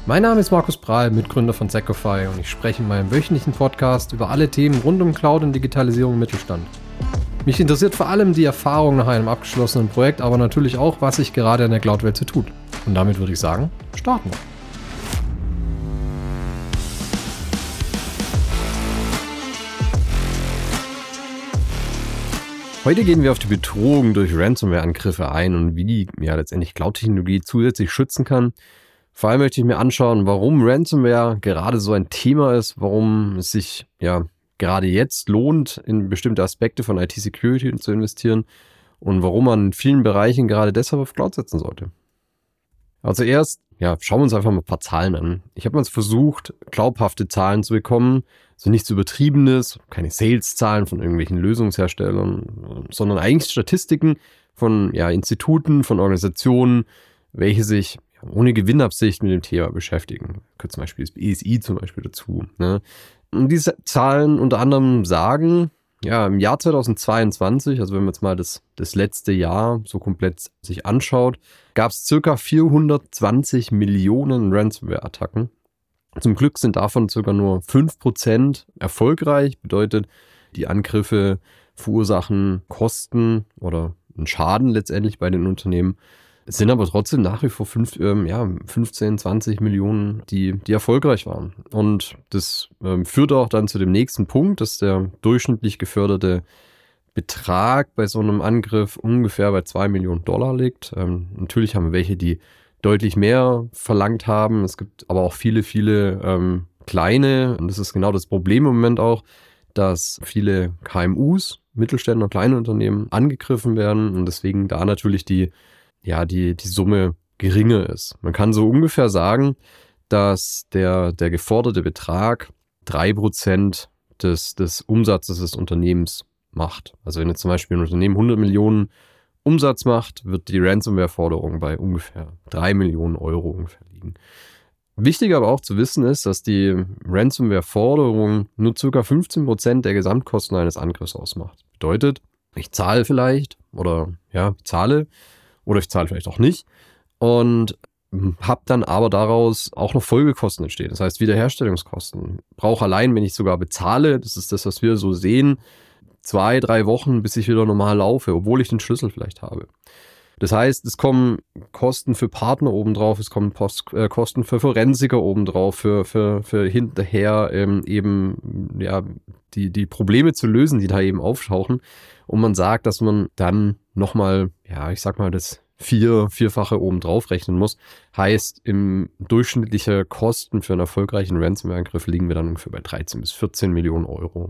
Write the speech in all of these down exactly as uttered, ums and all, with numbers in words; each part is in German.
Mein Name ist Markus Prahl, Mitgründer von Secofy, und ich spreche in meinem wöchentlichen Podcast über alle Themen rund um Cloud und Digitalisierung im Mittelstand. Mich interessiert vor allem die Erfahrung nach einem abgeschlossenen Projekt, aber natürlich auch, was sich gerade in der Cloud-Welt so tut. Und damit würde ich sagen, starten wir. Heute gehen wir auf die Bedrohung durch Ransomware-Angriffe ein und wie ja letztendlich Cloud-Technologie zusätzlich schützen kann. Vor allem möchte ich mir anschauen, warum Ransomware gerade so ein Thema ist, warum es sich ja gerade jetzt lohnt, in bestimmte Aspekte von I T-Security zu investieren und warum man in vielen Bereichen gerade deshalb auf Cloud setzen sollte. Also erst, ja, schauen wir uns einfach mal ein paar Zahlen an. Ich habe mal versucht, glaubhafte Zahlen zu bekommen, also nichts Übertriebenes, keine Sales-Zahlen von irgendwelchen Lösungsherstellern, sondern eigentlich Statistiken von ja, Instituten, von Organisationen, welche sich ohne Gewinnabsicht mit dem Thema beschäftigen. Gehört zum Beispiel das B S I zum Beispiel dazu. Ne? Und diese Zahlen unter anderem sagen, ja, im Jahr zweitausendzweiundzwanzig, also wenn man jetzt mal das, das letzte Jahr so komplett sich anschaut, gab es circa vierhundertzwanzig Millionen Ransomware-Attacken. Zum Glück sind davon circa nur fünf Prozent erfolgreich. Bedeutet, die Angriffe verursachen Kosten oder einen Schaden letztendlich bei den Unternehmen. Es sind aber trotzdem nach wie vor fünf, ähm, ja, fünfzehn, zwanzig Millionen, die, die erfolgreich waren. Und das ähm, führt auch dann zu dem nächsten Punkt, dass der durchschnittlich geförderte Betrag bei so einem Angriff ungefähr bei zwei Millionen Dollar liegt. Ähm, natürlich haben wir welche, die deutlich mehr verlangt haben. Es gibt aber auch viele, viele ähm, kleine, und das ist genau das Problem im Moment auch, dass viele K M Us, Mittelständler, kleine Unternehmen angegriffen werden und deswegen da natürlich die ja, die, die Summe geringer ist. Man kann so ungefähr sagen, dass der, der geforderte Betrag drei Prozent des, des Umsatzes des Unternehmens macht. Also wenn jetzt zum Beispiel ein Unternehmen hundert Millionen Umsatz macht, wird die Ransomware-Forderung bei ungefähr drei Millionen Euro ungefähr liegen. Wichtig aber auch zu wissen ist, dass die Ransomware-Forderung nur ca. fünfzehn Prozent der Gesamtkosten eines Angriffs ausmacht. Bedeutet, ich zahle vielleicht oder ja, zahle Oder ich zahle vielleicht auch nicht und habe dann aber daraus auch noch Folgekosten entstehen. Das heißt Wiederherstellungskosten. Brauche allein, wenn ich sogar bezahle, das ist das, was wir so sehen, zwei, drei Wochen, bis ich wieder normal laufe, obwohl ich den Schlüssel vielleicht habe. Das heißt, es kommen Kosten für Partner obendrauf, es kommen Post, äh, Kosten für Forensiker obendrauf, für, für, für hinterher ähm, eben ja, die, die Probleme zu lösen, die da eben auftauchen. Und man sagt, dass man dann nochmal, ja, ich sag mal, das vier, vierfache obendrauf rechnen muss. Heißt, im durchschnittliche Kosten für einen erfolgreichen Ransomware-Angriff liegen wir dann ungefähr bei dreizehn bis vierzehn Millionen Euro.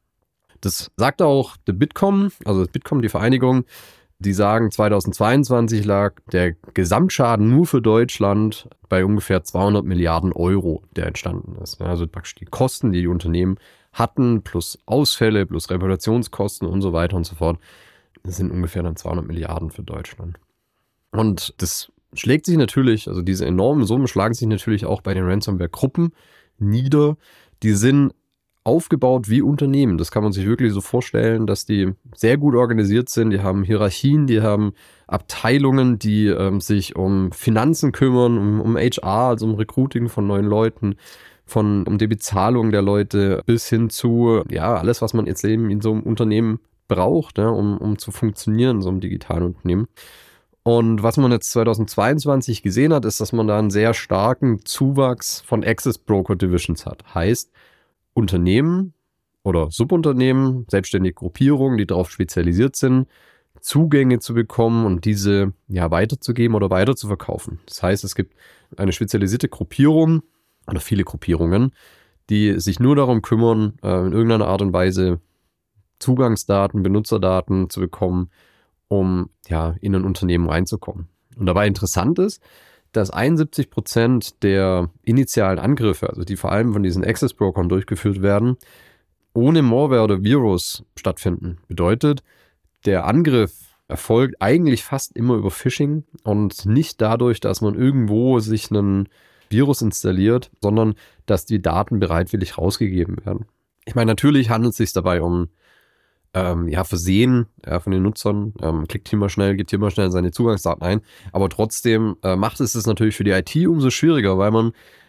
Das sagt auch der Bitkom, also das Bitkom, die Vereinigung, die sagen, zweitausendzweiundzwanzig lag der Gesamtschaden nur für Deutschland bei ungefähr zweihundert Milliarden Euro, der entstanden ist. Also praktisch die Kosten, die die Unternehmen hatten, plus Ausfälle, plus Reputationskosten und so weiter und so fort, das sind ungefähr dann zweihundert Milliarden für Deutschland. Und das schlägt sich natürlich, also diese enormen Summen schlagen sich natürlich auch bei den Ransomware-Gruppen nieder. Die sind aufgebaut wie Unternehmen. Das kann man sich wirklich so vorstellen, dass die sehr gut organisiert sind. Die haben Hierarchien, die haben Abteilungen, die ähm, sich um Finanzen kümmern, um, um H R, also um Recruiting von neuen Leuten, von um die Bezahlung der Leute bis hin zu, ja, alles, was man jetzt eben in so einem Unternehmen braucht, ja, um, um zu funktionieren, in so einem digitalen Unternehmen. Und was man jetzt zweitausendzweiundzwanzig gesehen hat, ist, dass man da einen sehr starken Zuwachs von Access Broker Divisions hat. Heißt, Unternehmen oder Subunternehmen, selbstständige Gruppierungen, die darauf spezialisiert sind, Zugänge zu bekommen und diese ja weiterzugeben oder weiterzuverkaufen. Das heißt, es gibt eine spezialisierte Gruppierung oder viele Gruppierungen, die sich nur darum kümmern, in irgendeiner Art und Weise Zugangsdaten, Benutzerdaten zu bekommen, um ja in ein Unternehmen reinzukommen. Und dabei interessant ist, dass einundsiebzig Prozent der initialen Angriffe, also die vor allem von diesen Access-Brokern durchgeführt werden, ohne Malware oder Virus stattfinden. Bedeutet, der Angriff erfolgt eigentlich fast immer über Phishing und nicht dadurch, dass man irgendwo sich einen Virus installiert, sondern dass die Daten bereitwillig rausgegeben werden. Ich meine, natürlich handelt es sich dabei um ähm, ja, Versehen ja, von den Nutzern. Ähm, klickt hier mal schnell, gibt hier mal schnell seine Zugangsdaten ein. Aber trotzdem äh, macht es es natürlich für die I T umso schwieriger, weil man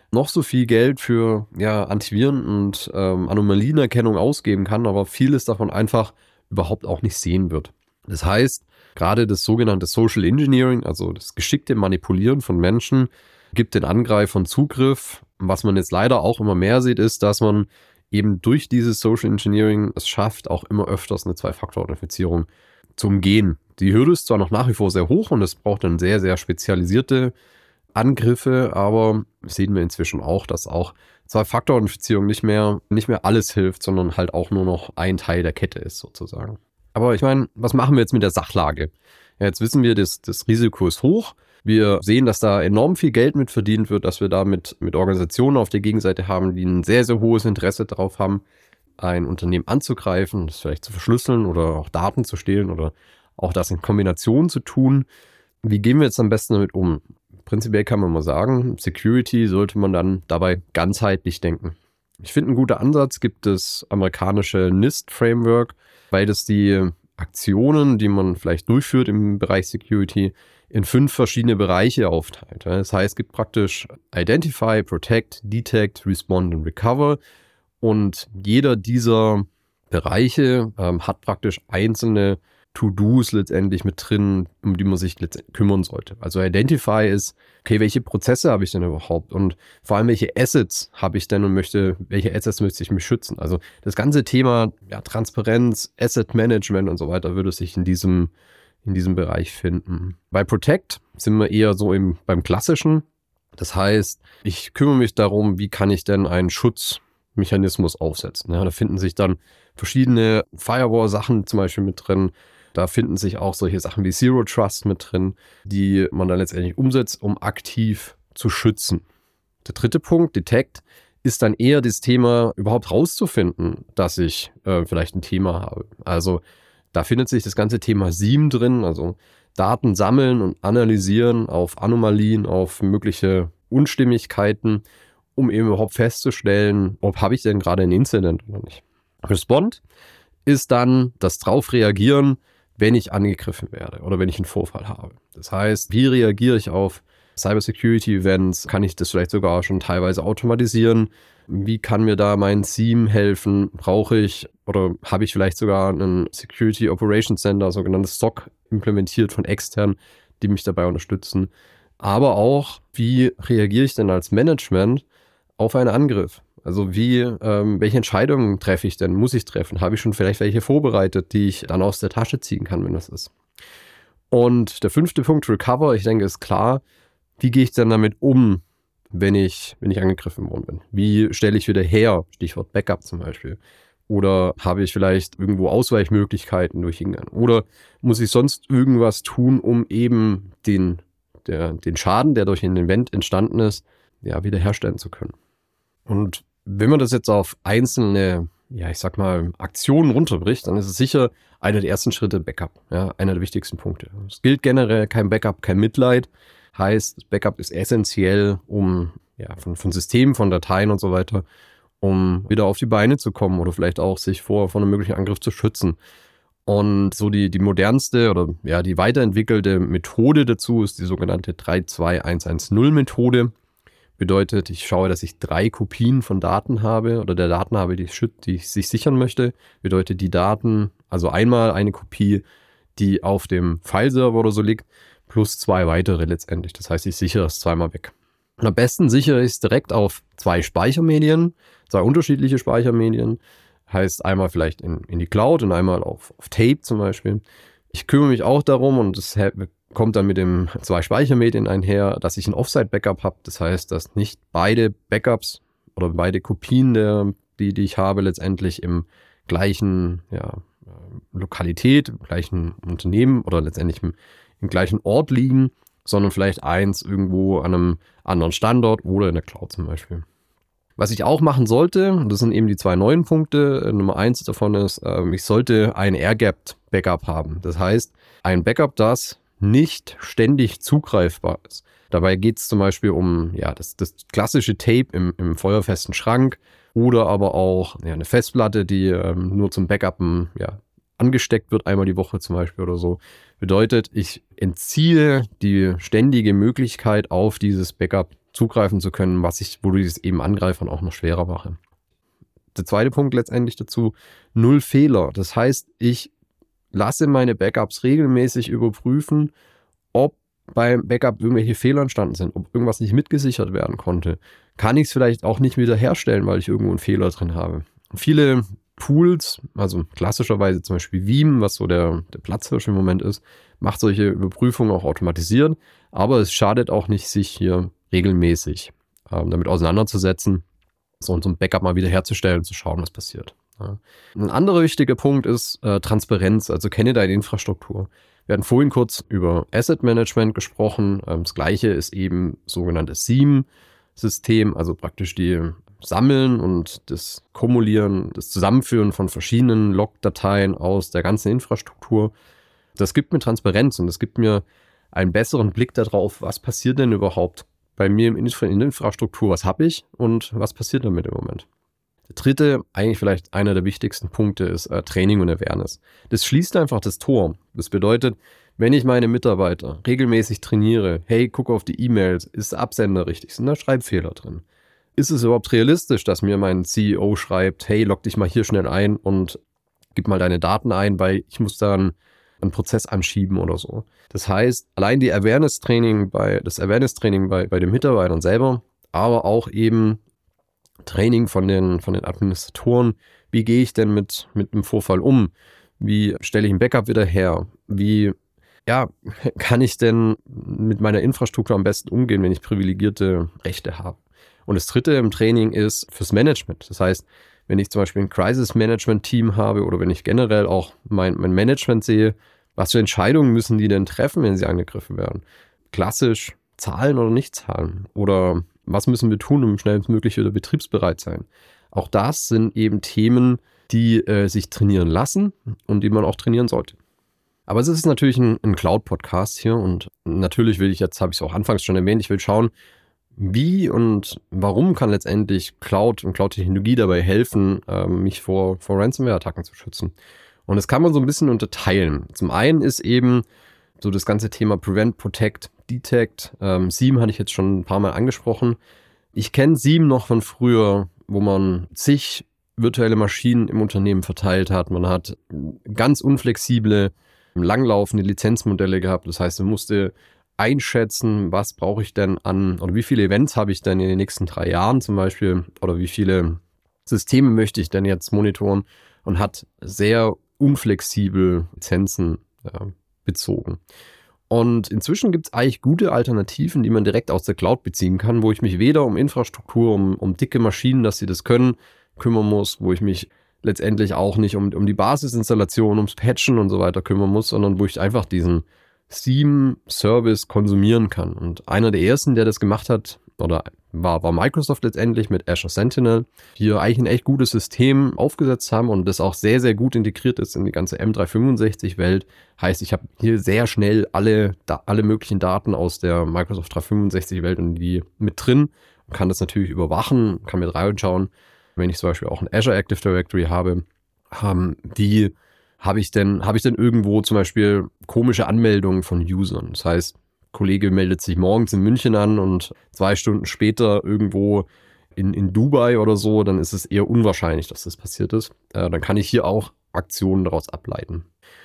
noch so viel Geld für ja, Antiviren und ähm, Anomalienerkennung ausgeben kann, aber vieles davon einfach überhaupt auch nicht sehen wird. Das heißt, gerade das sogenannte Social Engineering, also das geschickte Manipulieren von Menschen, gibt den Angreifern Zugriff. Was man jetzt leider auch immer mehr sieht, ist, dass man eben durch dieses Social Engineering es schafft, auch immer öfters eine Zwei-Faktor-Authentifizierung zu umgehen. Die Hürde ist zwar noch nach wie vor sehr hoch und es braucht dann sehr, sehr spezialisierte Angriffe, aber sehen wir inzwischen auch, dass auch Zwei-Faktor-Authentifizierung nicht mehr, nicht mehr alles hilft, sondern halt auch nur noch ein Teil der Kette ist sozusagen. Aber ich meine, was machen wir jetzt mit der Sachlage? Ja, jetzt wissen wir, das, das Risiko ist hoch. Wir sehen, dass da enorm viel Geld mit verdient wird, dass wir da mit, mit Organisationen auf der Gegenseite haben, die ein sehr, sehr hohes Interesse darauf haben, ein Unternehmen anzugreifen, das vielleicht zu verschlüsseln oder auch Daten zu stehlen oder auch das in Kombination zu tun. Wie gehen wir jetzt am besten damit um? Prinzipiell kann man mal sagen, Security sollte man dann dabei ganzheitlich denken. Ich finde, ein guter Ansatz gibt das amerikanische NIST-Framework, weil das die Aktionen, die man vielleicht durchführt im Bereich Security, in fünf verschiedene Bereiche aufteilt. Das heißt, es gibt praktisch Identify, Protect, Detect, Respond und Recover. Und jeder dieser Bereiche ähm, hat praktisch einzelne To-Dos letztendlich mit drin, um die man sich kümmern sollte. Also Identify ist, okay, welche Prozesse habe ich denn überhaupt und vor allem welche Assets habe ich denn und möchte, welche Assets möchte ich mich schützen. Also das ganze Thema ja, Transparenz, Asset Management und so weiter würde sich in diesem, in diesem Bereich finden. Bei Protect sind wir eher so im, beim Klassischen. Das heißt, ich kümmere mich darum, wie kann ich denn einen Schutzmechanismus aufsetzen. Ja, da finden sich dann verschiedene Firewall-Sachen zum Beispiel mit drin. Da finden sich auch solche Sachen wie Zero Trust mit drin, die man dann letztendlich umsetzt, um aktiv zu schützen. Der dritte Punkt, Detect, ist dann eher das Thema, überhaupt rauszufinden, dass ich äh, vielleicht ein Thema habe. Also da findet sich das ganze Thema S I E M drin, also Daten sammeln und analysieren auf Anomalien, auf mögliche Unstimmigkeiten, um eben überhaupt festzustellen, ob habe ich denn gerade ein Incident oder nicht. Respond ist dann das drauf reagieren, wenn ich angegriffen werde oder wenn ich einen Vorfall habe. Das heißt, wie reagiere ich auf Cybersecurity-Events? Kann ich das vielleicht sogar schon teilweise automatisieren? Wie kann mir da mein S I E M helfen? Brauche ich oder habe ich vielleicht sogar einen Security Operations Center, sogenanntes S O C, implementiert von extern, die mich dabei unterstützen? Aber auch, wie reagiere ich denn als Management auf einen Angriff? Also wie, ähm, welche Entscheidungen treffe ich denn? Muss ich treffen? Habe ich schon vielleicht welche vorbereitet, die ich dann aus der Tasche ziehen kann, wenn das ist? Und der fünfte Punkt, Recover, ich denke, ist klar. Wie gehe ich denn damit um, wenn ich, wenn ich angegriffen worden bin? Wie stelle ich wieder her? Stichwort Backup zum Beispiel. Oder habe ich vielleicht irgendwo Ausweichmöglichkeiten durch irgendeinen? Oder muss ich sonst irgendwas tun, um eben den, der, den Schaden, der durch ein Event entstanden ist, ja, wiederherstellen zu können? Und wenn man das jetzt auf einzelne, ja, ich sag mal, Aktionen runterbricht, dann ist es sicher einer der ersten Schritte Backup, ja, einer der wichtigsten Punkte. Es gilt generell kein Backup, kein Mitleid. Heißt, Backup ist essentiell, um ja, von, von Systemen, von Dateien und so weiter, um wieder auf die Beine zu kommen oder vielleicht auch sich vor, vor einem möglichen Angriff zu schützen. Und so die, die modernste oder ja, die weiterentwickelte Methode dazu ist die sogenannte drei zwei eins eins null Methode. Bedeutet, ich schaue, dass ich drei Kopien von Daten habe oder der Daten habe, die ich, die ich sich sichern möchte. Bedeutet die Daten, also einmal eine Kopie, die auf dem Fileserver oder so liegt, plus zwei weitere letztendlich. Das heißt, ich sichere es zweimal weg. Und am besten sichere ich es direkt auf zwei Speichermedien, zwei unterschiedliche Speichermedien. Heißt einmal vielleicht in, in die Cloud und einmal auf, auf Tape zum Beispiel. Ich kümmere mich auch darum und das kommt dann mit dem zwei Speichermedien einher, dass ich ein Offsite-Backup habe. Das heißt, dass nicht beide Backups oder beide Kopien, der, die, die ich habe, letztendlich im gleichen ja, Lokalität, im gleichen Unternehmen oder letztendlich im, im gleichen Ort liegen, sondern vielleicht eins irgendwo an einem anderen Standort oder in der Cloud zum Beispiel. Was ich auch machen sollte, und das sind eben die zwei neuen Punkte, Nummer eins davon ist, ich sollte ein Air-Gapped-Backup haben. Das heißt, ein Backup, das nicht ständig zugreifbar ist. Dabei geht es zum Beispiel um ja, das, das klassische Tape im, im feuerfesten Schrank oder aber auch ja, eine Festplatte, die ähm, nur zum Backuppen ja, angesteckt wird, einmal die Woche zum Beispiel oder so. Bedeutet, ich entziehe die ständige Möglichkeit, auf dieses Backup zugreifen zu können, was ich, wodurch ich es eben Angreifern auch noch schwerer mache. Der zweite Punkt letztendlich dazu, null Fehler. Das heißt, ich lasse meine Backups regelmäßig überprüfen, ob beim Backup irgendwelche Fehler entstanden sind, ob irgendwas nicht mitgesichert werden konnte. Kann ich es vielleicht auch nicht wiederherstellen, weil ich irgendwo einen Fehler drin habe. Viele Tools, also klassischerweise zum Beispiel Veeam, was so der, der Platzhirsch im Moment ist, macht solche Überprüfungen auch automatisiert, aber es schadet auch nicht, sich hier regelmäßig ähm, damit auseinanderzusetzen, so und so ein Backup mal wieder herzustellen und zu schauen, was passiert. Ja. Ein anderer wichtiger Punkt ist äh, Transparenz, also kenne deine Infrastruktur. Wir hatten vorhin kurz über Asset Management gesprochen. Ähm, das gleiche ist eben sogenanntes SIEM-System, also praktisch die Sammeln und das Kumulieren, das Zusammenführen von verschiedenen Log-Dateien aus der ganzen Infrastruktur. Das gibt mir Transparenz und das gibt mir einen besseren Blick darauf, was passiert denn überhaupt bei mir in der Infrastruktur, was habe ich und was passiert damit im Moment. Der dritte, eigentlich vielleicht einer der wichtigsten Punkte, ist äh, Training und Awareness. Das schließt einfach das Tor. Das bedeutet, wenn ich meine Mitarbeiter regelmäßig trainiere, hey, guck auf die E-Mails, ist der Absender richtig, sind da Schreibfehler drin? Ist es überhaupt realistisch, dass mir mein C E O schreibt, hey, log dich mal hier schnell ein und gib mal deine Daten ein, weil ich muss dann einen Prozess anschieben oder so. Das heißt, allein die Awareness-Training bei, das Awareness-Training bei, bei den Mitarbeitern selber, aber auch eben Training von den, von den Administratoren. Wie gehe ich denn mit, mit einem Vorfall um? Wie stelle ich ein Backup wieder her? Wie ja, kann ich denn mit meiner Infrastruktur am besten umgehen, wenn ich privilegierte Rechte habe? Und das dritte im Training ist fürs Management. Das heißt, wenn ich zum Beispiel ein Crisis-Management-Team habe oder wenn ich generell auch mein, mein Management sehe, was für Entscheidungen müssen die denn treffen, wenn sie angegriffen werden? Klassisch zahlen oder nicht zahlen? Oder was müssen wir tun, um schnellstmöglich wieder betriebsbereit sein? Auch das sind eben Themen, die äh, sich trainieren lassen und die man auch trainieren sollte. Aber es ist natürlich ein, ein Cloud-Podcast hier und natürlich will ich jetzt, habe ich es auch anfangs schon erwähnt, ich will schauen, wie und warum kann letztendlich Cloud und Cloud-Technologie dabei helfen, äh, mich vor, vor Ransomware-Attacken zu schützen. Und das kann man so ein bisschen unterteilen. Zum einen ist eben so das ganze Thema Prevent, Protect, Detect. Ähm, SIEM hatte ich jetzt schon ein paar Mal angesprochen. Ich kenne SIEM noch von früher, wo man zig virtuelle Maschinen im Unternehmen verteilt hat. Man hat ganz unflexible, langlaufende Lizenzmodelle gehabt. Das heißt, man musste einschätzen, was brauche ich denn an, oder wie viele Events habe ich denn in den nächsten drei Jahren zum Beispiel, oder wie viele Systeme möchte ich denn jetzt monitoren, und hat sehr unflexibel Lizenzen ja, bezogen. Und inzwischen gibt es eigentlich gute Alternativen, die man direkt aus der Cloud beziehen kann, wo ich mich weder um Infrastruktur, um, um dicke Maschinen, dass sie das können, kümmern muss, wo ich mich letztendlich auch nicht um, um die Basisinstallation, ums Patchen und so weiter kümmern muss, sondern wo ich einfach diesen SIEM-Service konsumieren kann. Und einer der ersten, der das gemacht hat, oder war, war Microsoft letztendlich mit Azure Sentinel, hier eigentlich ein echt gutes System aufgesetzt haben und das auch sehr, sehr gut integriert ist in die ganze M dreihundertfünfundsechzig-Welt. Heißt, ich habe hier sehr schnell alle, da, alle möglichen Daten aus der Microsoft dreihundertfünfundsechzig-Welt und die mit drin und kann das natürlich überwachen, kann mit reinschauen. Wenn ich zum Beispiel auch ein Azure Active Directory habe, ähm, die habe ich denn, habe ich denn irgendwo zum Beispiel komische Anmeldungen von Usern. Das heißt, ein Kollege meldet sich morgens in München an und zwei Stunden später irgendwo in, in Dubai oder so, dann ist es eher unwahrscheinlich, dass das passiert ist. Äh, dann kann ich hier auch Aktionen daraus ableiten.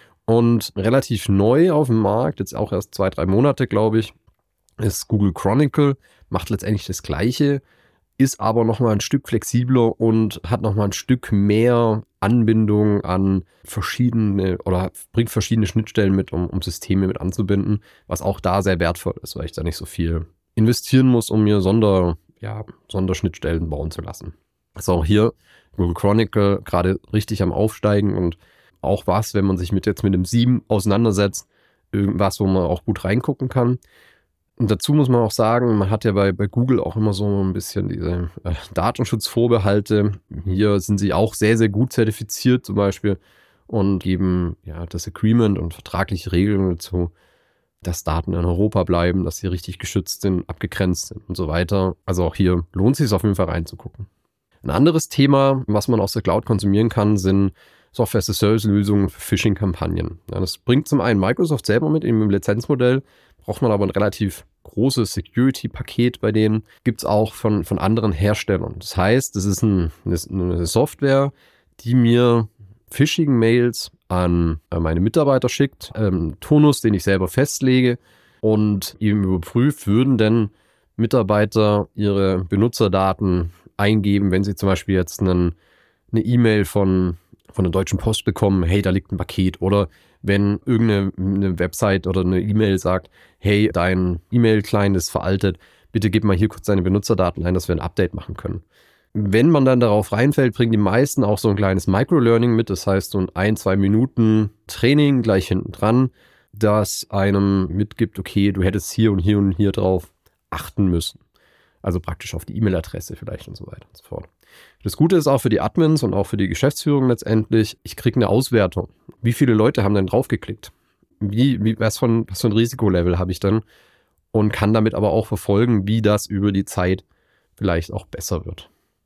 Und relativ neu auf dem Markt, jetzt auch erst zwei, drei Monate, glaube ich, ist Google Chronicle, macht letztendlich das Gleiche, ist aber nochmal ein Stück flexibler und hat nochmal ein Stück mehr Anbindung an verschiedene oder bringt verschiedene Schnittstellen mit, um, um Systeme mit anzubinden, was auch da sehr wertvoll ist, weil ich da nicht so viel investieren muss, um mir Sonder, ja, Sonderschnittstellen bauen zu lassen. Also auch hier Google Chronicle gerade richtig am Aufsteigen und auch was, wenn man sich mit jetzt mit dem SIEM auseinandersetzt, irgendwas, wo man auch gut reingucken kann. Und dazu muss man auch sagen, man hat ja bei, bei Google auch immer so ein bisschen diese äh, Datenschutzvorbehalte. Hier sind sie auch sehr, sehr gut zertifiziert zum Beispiel und geben ja das Agreement und vertragliche Regelungen dazu, dass Daten in Europa bleiben, dass sie richtig geschützt sind, abgegrenzt sind und so weiter. Also auch hier lohnt es sich auf jeden Fall reinzugucken. Ein anderes Thema, was man aus der Cloud konsumieren kann, sind Software-as-a-Service-Lösungen für Phishing-Kampagnen. Ja, das bringt zum einen Microsoft selber mit in dem Lizenzmodell, braucht man aber ein relativ großes Security-Paket bei denen, gibt es auch von, von anderen Herstellern. Das heißt, es ist ein, eine Software, die mir Phishing-Mails an meine Mitarbeiter schickt, ähm, Tonus, den ich selber festlege und eben überprüft, würden denn Mitarbeiter ihre Benutzerdaten eingeben, wenn sie zum Beispiel jetzt einen, eine E-Mail von, von der Deutschen Post bekommen, hey, da liegt ein Paket, oder wenn irgendeine eine Website oder eine E-Mail sagt, hey, dein E-Mail-Client ist veraltet, bitte gib mal hier kurz deine Benutzerdaten ein, dass wir ein Update machen können. Wenn man dann darauf reinfällt, bringen die meisten auch so ein kleines Microlearning mit, das heißt so ein ein, zwei Minuten Training gleich hinten dran, das einem mitgibt, okay, du hättest hier und hier und hier drauf achten müssen. Also praktisch auf die E-Mail-Adresse vielleicht und so weiter und so fort. Das Gute ist auch für die Admins und auch für die Geschäftsführung letztendlich, ich kriege eine Auswertung. Wie viele Leute haben denn draufgeklickt? Wie, wie, was, von, was für ein Risikolevel habe ich dann? Und kann damit aber auch verfolgen, wie das über die Zeit vielleicht auch besser wird.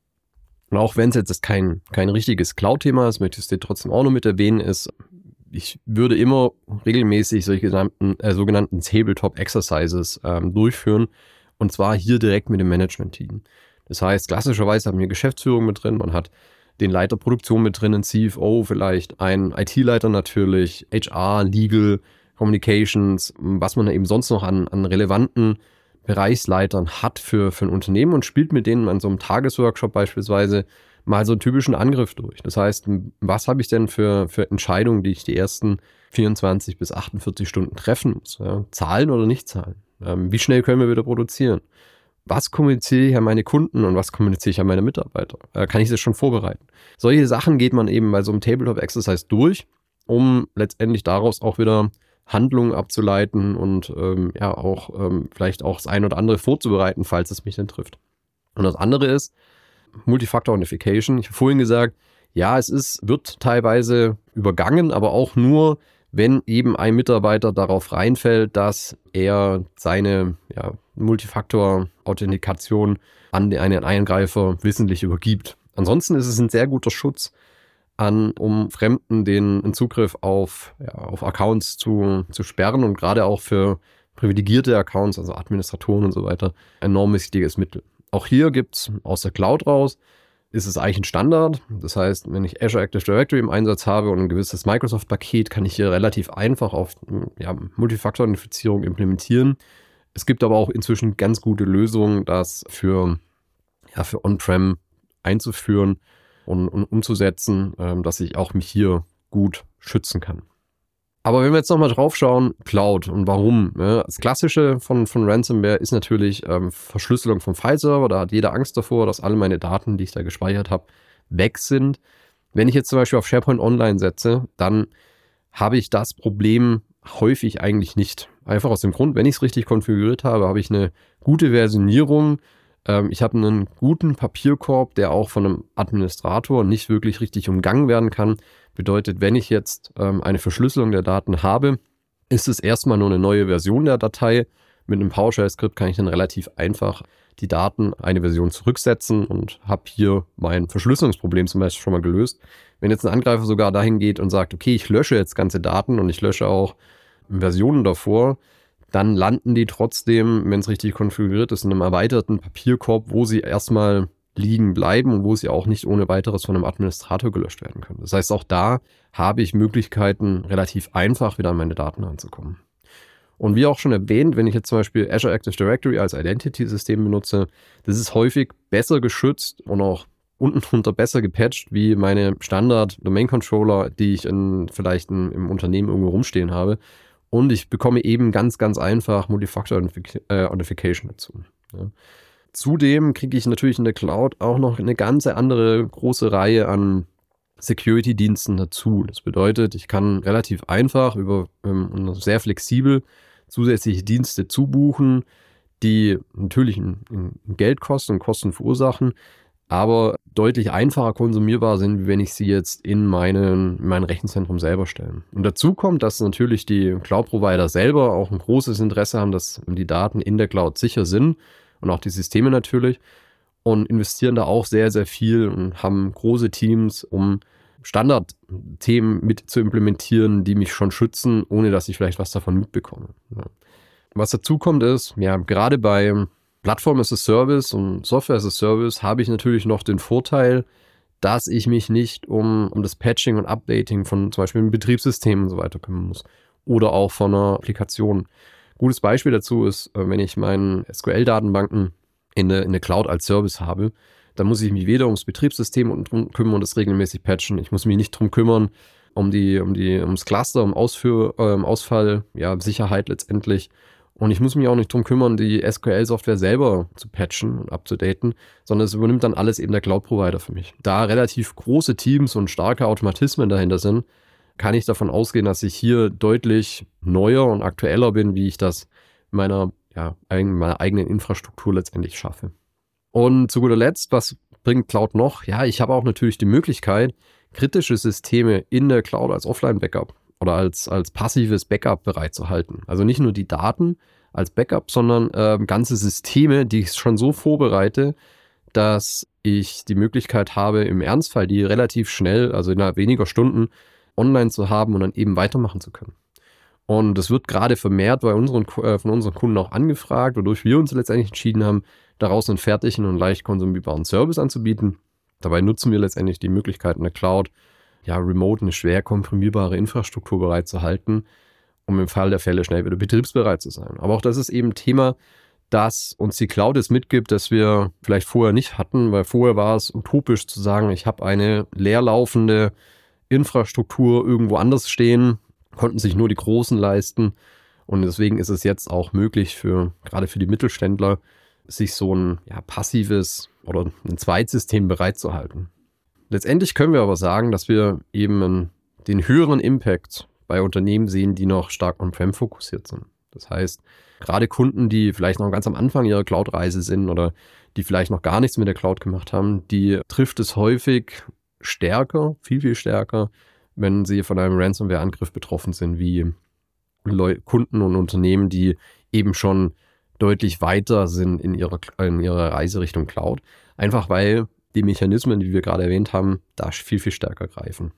Und auch wenn es jetzt kein, kein richtiges Cloud-Thema ist, möchte ich es dir trotzdem auch noch mit erwähnen, ist, ich würde immer regelmäßig solche genannten, äh, sogenannten Tabletop-Exercises ähm, durchführen. Und zwar hier direkt mit dem Management-Team. Das heißt, klassischerweise haben wir Geschäftsführung mit drin, man hat den Leiter Produktion mit drin, einen C F O vielleicht, einen I T-Leiter natürlich, H R, Legal, Communications, was man eben sonst noch an, an relevanten Bereichsleitern hat für, für ein Unternehmen und spielt mit denen an so einem Tagesworkshop beispielsweise mal so einen typischen Angriff durch. Das heißt, was habe ich denn für, für Entscheidungen, die ich die ersten vierundzwanzig bis achtundvierzig Stunden treffen muss? Ja, zahlen oder nicht zahlen? Ähm, wie schnell können wir wieder produzieren? Was kommuniziere ich an meine Kunden und was kommuniziere ich an meine Mitarbeiter? Äh, kann ich das schon vorbereiten? Solche Sachen geht man eben bei so einem Tabletop-Exercise durch, um letztendlich daraus auch wieder Handlungen abzuleiten und ähm, ja auch ähm, vielleicht auch das ein oder andere vorzubereiten, falls es mich dann trifft. Und das andere ist Multifactor-Authentification. Ich habe vorhin gesagt, ja, es ist, wird teilweise übergangen, aber auch nur, wenn eben ein Mitarbeiter darauf reinfällt, dass er seine ja, Multifaktor-Authentikation an einen Eingreifer wissentlich übergibt. Ansonsten ist es ein sehr guter Schutz, an, um Fremden den Zugriff auf, ja, auf Accounts zu, zu sperren und gerade auch für privilegierte Accounts, also Administratoren und so weiter, ein enorm wichtiges Mittel. Auch hier gibt es aus der Cloud raus, ist es eigentlich ein Standard. Das heißt, wenn ich Azure Active Directory im Einsatz habe und ein gewisses Microsoft-Paket, kann ich hier relativ einfach auf ja, Multifaktor-Authentifizierung implementieren. Es gibt aber auch inzwischen ganz gute Lösungen, das für, ja, für On-Prem einzuführen und, und umzusetzen, ähm, dass ich auch mich hier gut schützen kann. Aber wenn wir jetzt nochmal drauf schauen, Cloud und warum. Ne? Das Klassische von, von Ransomware ist natürlich ähm, Verschlüsselung vom File-Server. Da hat jeder Angst davor, dass alle meine Daten, die ich da gespeichert habe, weg sind. Wenn ich jetzt zum Beispiel auf SharePoint Online setze, dann habe ich das Problem häufig eigentlich nicht. Einfach aus dem Grund, wenn ich es richtig konfiguriert habe, habe ich eine gute Versionierung. Ähm, ich habe einen guten Papierkorb, der auch von einem Administrator nicht wirklich richtig umgangen werden kann. Bedeutet, wenn ich jetzt ähm, eine Verschlüsselung der Daten habe, ist es erstmal nur eine neue Version der Datei. Mit einem PowerShell-Skript kann ich dann relativ einfach die Daten eine Version zurücksetzen und habe hier mein Verschlüsselungsproblem zum Beispiel schon mal gelöst. Wenn jetzt ein Angreifer sogar dahin geht und sagt, okay, ich lösche jetzt ganze Daten und ich lösche auch Versionen davor, dann landen die trotzdem, wenn es richtig konfiguriert ist, in einem erweiterten Papierkorb, wo sie erstmal liegen bleiben und wo sie auch nicht ohne weiteres von einem Administrator gelöscht werden können. Das heißt, auch da habe ich Möglichkeiten, relativ einfach wieder an meine Daten ranzukommen. Und wie auch schon erwähnt, wenn ich jetzt zum Beispiel Azure Active Directory als Identity-System benutze, das ist häufig besser geschützt und auch unten drunter besser gepatcht wie meine Standard-Domain-Controller, die ich in, vielleicht in, im Unternehmen irgendwo rumstehen habe. Und ich bekomme eben ganz, ganz einfach Multifactor-Authentification dazu. Ja. Zudem kriege ich natürlich in der Cloud auch noch eine ganz andere große Reihe an Security-Diensten dazu. Das bedeutet, ich kann relativ einfach über ähm, und sehr flexibel zusätzliche Dienste zubuchen, die natürlich ein, ein Geld kosten und Kosten verursachen, aber deutlich einfacher konsumierbar sind, wie wenn ich sie jetzt in, meinen, in mein Rechenzentrum selber stelle. Und dazu kommt, dass natürlich die Cloud-Provider selber auch ein großes Interesse haben, dass die Daten in der Cloud sicher sind und auch die Systeme natürlich und investieren da auch sehr, sehr viel und haben große Teams, um Standardthemen mit zu implementieren, die mich schon schützen, ohne dass ich vielleicht was davon mitbekomme. Ja. Was dazu kommt ist, ja, gerade bei Plattform as a Service und Software as a Service habe ich natürlich noch den Vorteil, dass ich mich nicht um, um das Patching und Updating von zum Beispiel einem Betriebssystem und so weiter kümmern muss. Oder auch von einer Applikation. Gutes Beispiel dazu ist, wenn ich meine S Q L-Datenbanken in der in der Cloud als Service habe, dann muss ich mich weder ums Betriebssystem und drum kümmern und das regelmäßig patchen. Ich muss mich nicht drum kümmern, um die, um die, ums Cluster, um Ausführ, äh, Ausfall, ja, Sicherheit letztendlich. Und ich muss mich auch nicht drum kümmern, die S Q L-Software selber zu patchen und abzudaten, sondern es übernimmt dann alles eben der Cloud-Provider für mich. Da relativ große Teams und starke Automatismen dahinter sind, kann ich davon ausgehen, dass ich hier deutlich neuer und aktueller bin, wie ich das in meiner, ja, meiner eigenen Infrastruktur letztendlich schaffe. Und zu guter Letzt, was bringt Cloud noch? Ja, ich habe auch natürlich die Möglichkeit, kritische Systeme in der Cloud als Offline-Backup oder als, als passives Backup bereitzuhalten. Also nicht nur die Daten als Backup, sondern äh, ganze Systeme, die ich schon so vorbereite, dass ich die Möglichkeit habe, im Ernstfall die relativ schnell, also innerhalb weniger Stunden, online zu haben und dann eben weitermachen zu können. Und das wird gerade vermehrt bei unseren, äh, von unseren Kunden auch angefragt, wodurch wir uns letztendlich entschieden haben, daraus einen fertigen und leicht konsumierbaren Service anzubieten. Dabei nutzen wir letztendlich die Möglichkeiten der Cloud, ja, remote eine schwer komprimierbare Infrastruktur bereitzuhalten, um im Fall der Fälle schnell wieder betriebsbereit zu sein. Aber auch das ist eben ein Thema, das uns die Cloud es mitgibt, das wir vielleicht vorher nicht hatten, weil vorher war es utopisch zu sagen, ich habe eine leerlaufende Infrastruktur irgendwo anders stehen, konnten sich nur die Großen leisten. Und deswegen ist es jetzt auch möglich für, gerade für die Mittelständler, sich so ein ja, passives oder ein Zweitsystem bereitzuhalten. Letztendlich können wir aber sagen, dass wir eben einen, den höheren Impact bei Unternehmen sehen, die noch stark on-prem fokussiert sind. Das heißt, gerade Kunden, die vielleicht noch ganz am Anfang ihrer Cloud-Reise sind oder die vielleicht noch gar nichts mit der Cloud gemacht haben, die trifft es häufig stärker, viel, viel stärker, wenn sie von einem Ransomware-Angriff betroffen sind, wie Leu- Kunden und Unternehmen, die eben schon deutlich weiter sind in ihrer, in ihrer Reise Richtung Cloud. Einfach weil die Mechanismen, die wir gerade erwähnt haben, da viel, viel stärker greifen.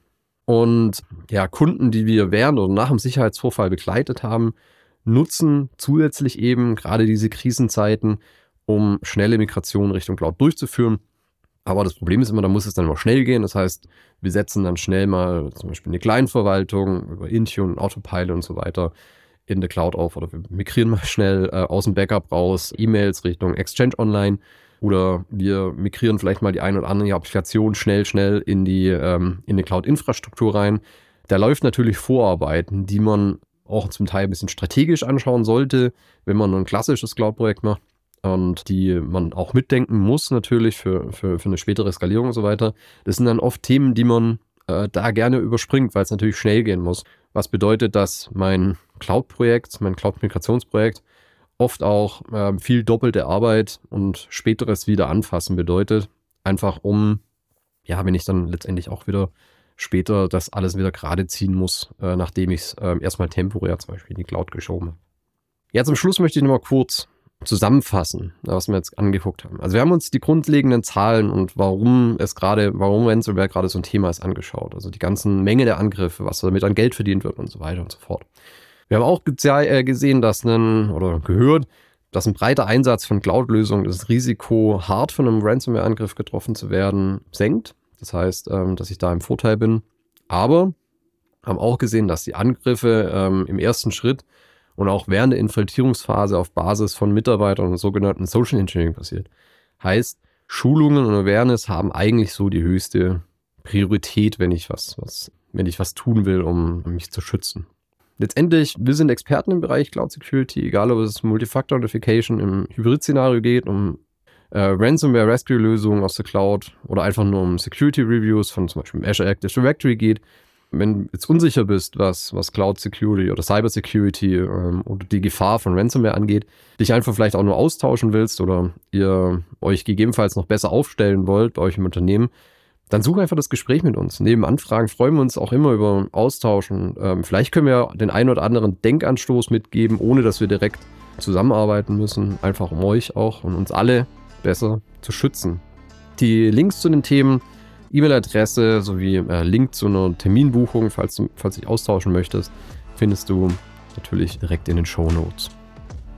Und ja, Kunden, die wir während oder nach dem Sicherheitsvorfall begleitet haben, nutzen zusätzlich eben gerade diese Krisenzeiten, um schnelle Migration Richtung Cloud durchzuführen. Aber das Problem ist immer, da muss es dann mal schnell gehen. Das heißt, wir setzen dann schnell mal zum Beispiel eine Kleinverwaltung über Intune, Autopilot und so weiter in der Cloud auf. Oder wir migrieren mal schnell äh, aus dem Backup raus, E-Mails Richtung Exchange Online. Oder wir migrieren vielleicht mal die eine oder andere Applikation schnell, schnell in die, ähm, in die Cloud-Infrastruktur rein. Da läuft natürlich Vorarbeiten, die man auch zum Teil ein bisschen strategisch anschauen sollte, wenn man ein klassisches Cloud-Projekt macht. Und die man auch mitdenken muss natürlich für, für, für eine spätere Skalierung und so weiter. Das sind dann oft Themen, die man äh, da gerne überspringt, weil es natürlich schnell gehen muss. Was bedeutet, dass mein Cloud-Projekt, mein Cloud-Migrationsprojekt oft auch äh, viel doppelte Arbeit und späteres wieder anfassen bedeutet. Einfach um, ja, wenn ich dann letztendlich auch wieder später das alles wieder gerade ziehen muss, äh, nachdem ich es äh, erstmal temporär zum Beispiel in die Cloud geschoben habe. Ja, zum Schluss möchte ich nochmal kurz zusammenfassen, was wir jetzt angeguckt haben. Also wir haben uns die grundlegenden Zahlen und warum es gerade, warum Ransomware gerade so ein Thema ist, angeschaut. Also die ganzen Menge der Angriffe, was damit an Geld verdient wird und so weiter und so fort. Wir haben auch gesehen, dass ein, oder gehört, dass ein breiter Einsatz von Cloud-Lösungen das Risiko, hart von einem Ransomware-Angriff getroffen zu werden, senkt. Das heißt, dass ich da im Vorteil bin. Aber haben auch gesehen, dass die Angriffe ähm, im ersten Schritt und auch während der Infiltrierungsphase auf Basis von Mitarbeitern und sogenannten Social Engineering passiert. Heißt, Schulungen und Awareness haben eigentlich so die höchste Priorität, wenn ich was, was, wenn ich was tun will, um mich zu schützen. Letztendlich, wir sind Experten im Bereich Cloud Security, egal ob es Multifactor Authentication im Hybrid-Szenario geht, um äh, Ransomware-Rescue-Lösungen aus der Cloud oder einfach nur um Security-Reviews von zum Beispiel Azure Active Directory geht. Wenn du jetzt unsicher bist, was, was Cloud Security oder Cyber Security ähm, oder die Gefahr von Ransomware angeht, dich einfach vielleicht auch nur austauschen willst oder ihr euch gegebenenfalls noch besser aufstellen wollt bei euch im Unternehmen, dann suche einfach das Gespräch mit uns. Neben Anfragen freuen wir uns auch immer über Austausch. Und, ähm, vielleicht können wir den einen oder anderen Denkanstoß mitgeben, ohne dass wir direkt zusammenarbeiten müssen. Einfach um euch auch und uns alle besser zu schützen. Die Links zu den Themen, E-Mail-Adresse sowie äh, Link zu einer Terminbuchung, falls du, falls du dich austauschen möchtest, findest du natürlich direkt in den Shownotes.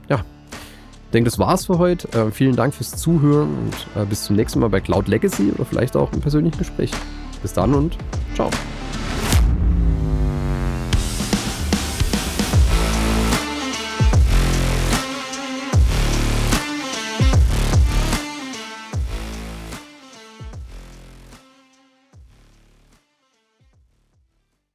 Ich denke, das war's für heute. Äh, vielen Dank fürs Zuhören und äh, bis zum nächsten Mal bei Cloud Legacy oder vielleicht auch im persönlichen Gespräch. Bis dann und ciao.